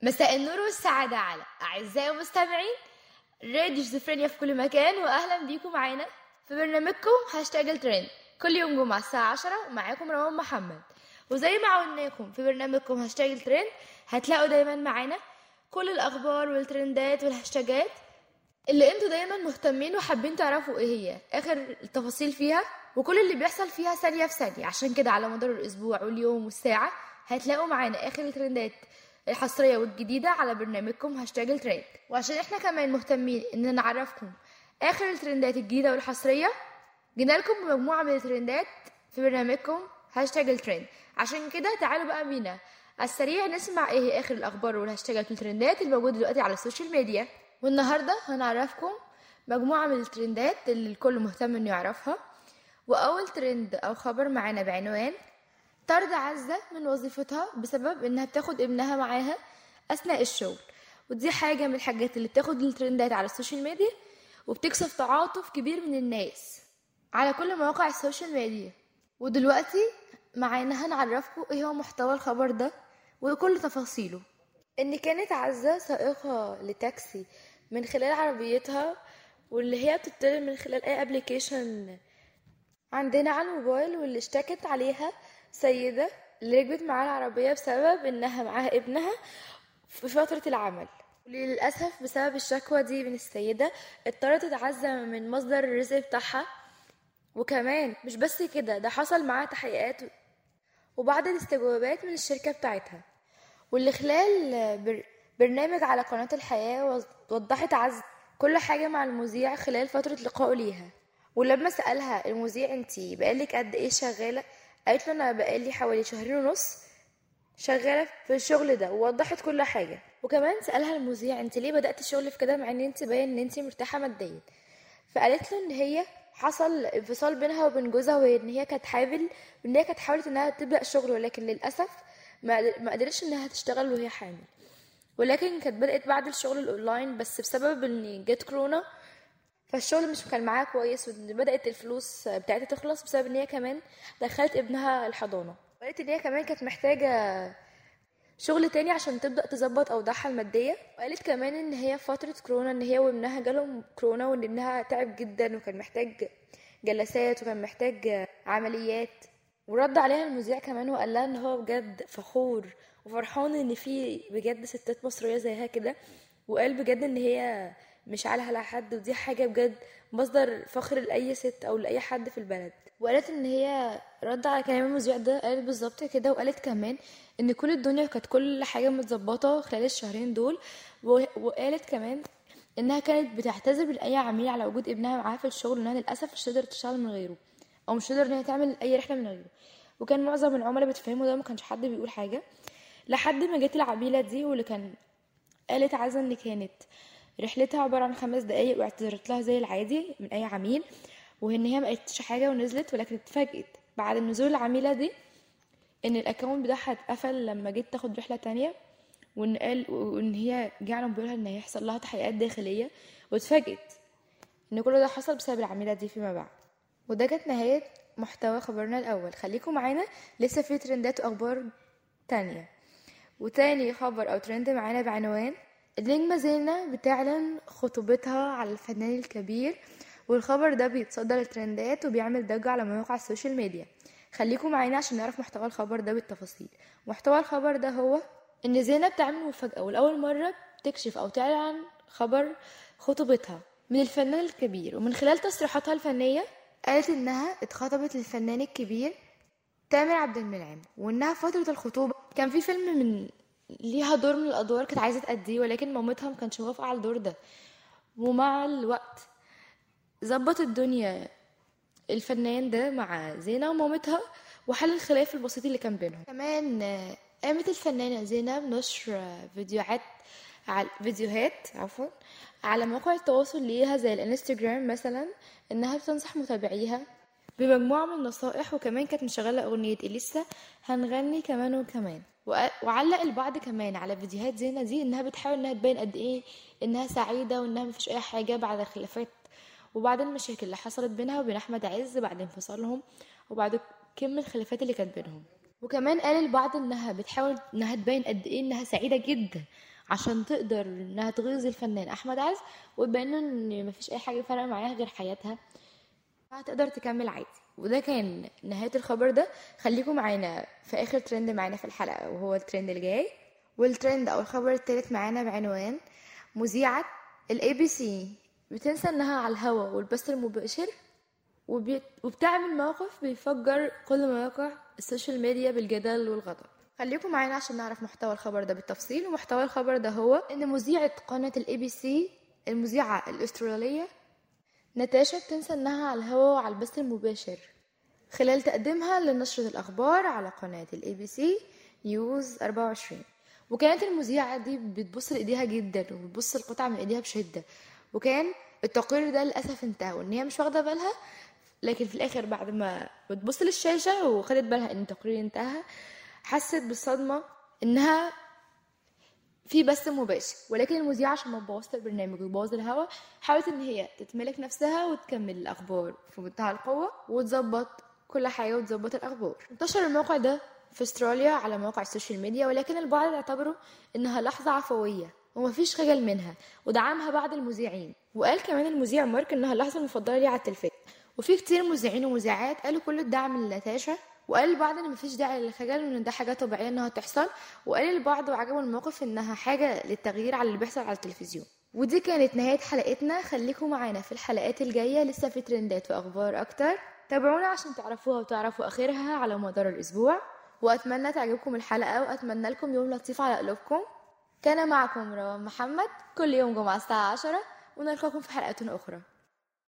مساء النور والسعادة على أعزائي المستمعين راديو شيزوفرينيا في كل مكان، وأهلا بيكم معانا في برنامجكم هاشتاج الترند كل يوم جمعة الساعة 10. معاكم روان محمد، وزي ما عودناكم في برنامجكم هاشتاج الترند هتلاقوا دايما معانا كل الأخبار والترندات والهاشتاجات اللي انتوا دايما مهتمين وحابين تعرفوا ايه هي آخر التفاصيل فيها وكل اللي بيحصل فيها ثانية في ثانية. عشان كده على مدار الأسبوع واليوم والساعة هتلاقوا معانا آخر الترندات الحصرية والجديدة على برنامجكم هاشتاج الترند. وعشان احنا كمان مهتمين ان نعرفكم اخر الترندات الجديدة والحصرية، جينا لكم بمجموعة من الترندات في برنامجكم هاشتاج الترند. عشان كده تعالوا بقى بينا على السريع نسمع ايه هي اخر الاخبار والهاشتاجات والترندات الموجودة دلوقتي على السوشيال ميديا. والنهاردة هنعرفكم مجموعة من الترندات اللي الكل مهتم انه يعرفها. واول ترند او خبر معانا بعنوان طرد عزة من وظيفتها بسبب انها بتاخد ابنها معاها اثناء الشغل. ودي حاجة من الحاجات اللي بتاخد الترندات على السوشيال ميديا وبتكسب تعاطف كبير من الناس على كل مواقع السوشيال ميديا. ودلوقتي معانا هنعرفكم ايه هو محتوى الخبر ده وكل تفاصيله. ان كانت عزة سائقة لتاكسي من خلال عربيتها، واللي هي بتطلب من خلال اي ابليكيشن عندنا على الموبايل، واللي اشتكت عليها سيدة اللي ركبت معاها العربية بسبب انها معاها ابنها في فترة العمل. وللأسف بسبب الشكوى دي من السيدة اضطرت عزة من مصدر الرزق بتاعها. وكمان مش بس كده، ده حصل معاها تحقيقات وبعض الاستجوابات من الشركة بتاعتها. واللي خلال برنامج على قناة الحياة وضحت عزة كل حاجة مع المذيع خلال فترة لقائه ليها. ولما سألها المذيع انتي بقالك قد ايه شغالة، قالت له انا بقالي حوالي 2.5 شهور شغالة في الشغل ده، ووضحت كل حاجة. وكمان سألها المذيع انتي ليه بدأت الشغل في كده مع ان انتي باين ان انتي مرتاحة ماديا. فقالت له ان هي حصل انفصال بينها وبين جوزها، وان هي كانت حاولت انها تبدأ شغل، ولكن للأسف ما قدرتش انها تشتغل وهي حامل. ولكن كانت بدأت بعد الشغل الاونلاين، بس بسبب ان جت كورونا فالشغل مش كان معاها كويس، وبدأت الفلوس بتاعتها تخلص بسبب ان هي كمان دخلت ابنها الحضانة. وقالت ان هي كمان كانت محتاجة شغل تاني عشان تبدأ تظبط اوضاعها المادية. وقالت كمان ان هي في فترة كورونا ان هي وابنها جالهم كورونا، وان ابنها تعب جدا وكان محتاج جلسات وكان محتاج عمليات. ورد عليها المذيع كمان وقال لها ان هو بجد فخور وفرحان ان في بجد ستات مصرية زيها كده، وقال بجد ان هي مش على حد، ودي حاجة بجد مصدر فخر لأي ست أو لأي حد في البلد. وقالت ان هي رد على كلام المذيع ده، قالت بالظبط كده. وقالت كمان ان كل الدنيا كانت كل حاجة متظبطة خلال الشهرين دول. وقالت كمان انها كانت بتعتذر لأي عميل على وجود ابنها معاها في الشغل، انها للأسف مش تقدر تشتغل من غيره او مش تقدر انها تعمل اي رحلة من غيره. وكان معظم العملاء بتفهموا ده، ما كانش حد بيقول حاجة لحد ما جت العميلة دي، واللي كان قالت عايزة ان كانت رحلتها عبارة عن 5 دقايق، واعتذرت لها زي العادي من اي عميل، وان هي ما قالتش حاجة ونزلت. ولكن اتفاجئت بعد نزول العميلة دي ان الاكونت بتاعها اتقفل لما جيت تاخد رحلة تانية، وان هي جه على موبايلها ان هيحصل لها تحقيقات داخلية. واتفاجئت ان كل ده حصل بسبب العميلة دي فيما بعد. وده كانت نهاية محتوى خبرنا الاول. خليكم معانا لسه في ترندات واخبار تانية. وتاني خبر او ترند معانا بعنوان النجمة زينة بتعلن خطوبتها على الفنان الكبير. والخبر ده بيتصدر الترندات وبيعمل ضجة على مواقع السوشيال ميديا. خليكم معانا عشان نعرف محتوى الخبر ده بالتفاصيل. محتوى الخبر ده هو ان زينة بتعمل مفاجأة، والأول مرة بتكشف او تعلن خبر خطوبتها من الفنان الكبير. ومن خلال تصريحاتها الفنية قالت انها اتخطبت للفنان الكبير تامر عبد المنعم، وانها فترة الخطوبة كان في فيلم من ليها دور من الادوار كانت عايزة تأديه، ولكن مامتها ما كانتش موافقة على الدور ده. ومع الوقت ظبط الدنيا الفنان ده مع زينة ومامتها وحل الخلاف البسيط اللي كان بينهم. كمان قامت الفنانة زينة بنشر فيديوهات على مواقع التواصل ليها زي الانستجرام مثلا، انها بتنصح متابعيها بمجموعة من النصائح. وكمان كانت مشغلة اغنية اليسا هنغني كمان وكمان. وعلق البعض كمان على فيديوهات زينة دي انها بتحاول انها تبين قد ايه انها سعيدة وانها مفيش اي حاجة بعد الخلافات وبعد المشاكل اللي حصلت بينها وبين احمد عز بعد انفصالهم وبعد كم الخلافات اللي كانت بينهم. وكمان قال البعض انها بتحاول انها تبين قد ايه انها سعيدة جدا عشان تقدر انها تغيظ الفنان احمد عز وتبين ان مفيش اي حاجه فارقه معاها غير حياتها، هتقدر تكمل عادي. وده كان نهايه الخبر ده. خليكم معانا في اخر ترند معانا في الحلقه وهو الترند الجاي. والترند او الخبر الثالث معانا بعنوان مذيعه الاي بي سي بتنسى انها على الهوا والبث المباشر وبتعمل موقف بيفجر كل مواقع السوشيال ميديا بالجدل والغضب. خليكم معانا عشان نعرف محتوى الخبر ده بالتفصيل. ومحتوى الخبر ده هو ان مذيعة قناة الاي بي سي المذيعة الاسترالية ناتاشا بتنسى انها على الهوا وعلى البث المباشر خلال تقديمها لنشرة الاخبار على قناة الاي بي سي نيوز 24. وكانت المذيعة دي بتبص لايديها جدا وبتبص القطعة من ايديها بشدة، وكان التقرير ده للاسف انتهى وان هي مش واخده بالها. لكن في الاخر بعد ما بتبص للشاشه وخدت بالها ان التقرير انتهى حست بالصدمه انها في بث مباشر، ولكن المذيعه عشان ما تبوظش البرنامج وتبوظ الهوا حاولت ان هي تتملك نفسها وتكمل الاخبار في منتهى القوه وتظبط كل حاجه وتظبط الاخبار. انتشر الموقع ده في استراليا على مواقع السوشيال ميديا، ولكن البعض اعتبروا انها لحظه عفويه ومفيش خجل منها ودعمها بعض المذيعين. وقال كمان المذيع مارك انها اللحظه المفضله ليه على التلفاز. وفي كتير مذيعين ومذيعات قالوا كل الدعم لناتاشا، وقال البعض ان مفيش داعي للخجل وان ده حاجه طبيعيه انها تحصل، وقال البعض وعجبه الموقف انها حاجه للتغيير على اللي بيحصل على التلفزيون. ودي كانت نهايه حلقتنا. خليكم معانا في الحلقات الجايه، لسه في ترندات واخبار اكتر. تابعونا عشان تعرفوها وتعرفوا اخرها على مدار الاسبوع. واتمنى تعجبكم الحلقه واتمنى لكم يوم لطيف على قلوبكم. كان معكم روان محمد كل يوم جمعه الساعه 10، ونلقاكم في حلقات اخرى.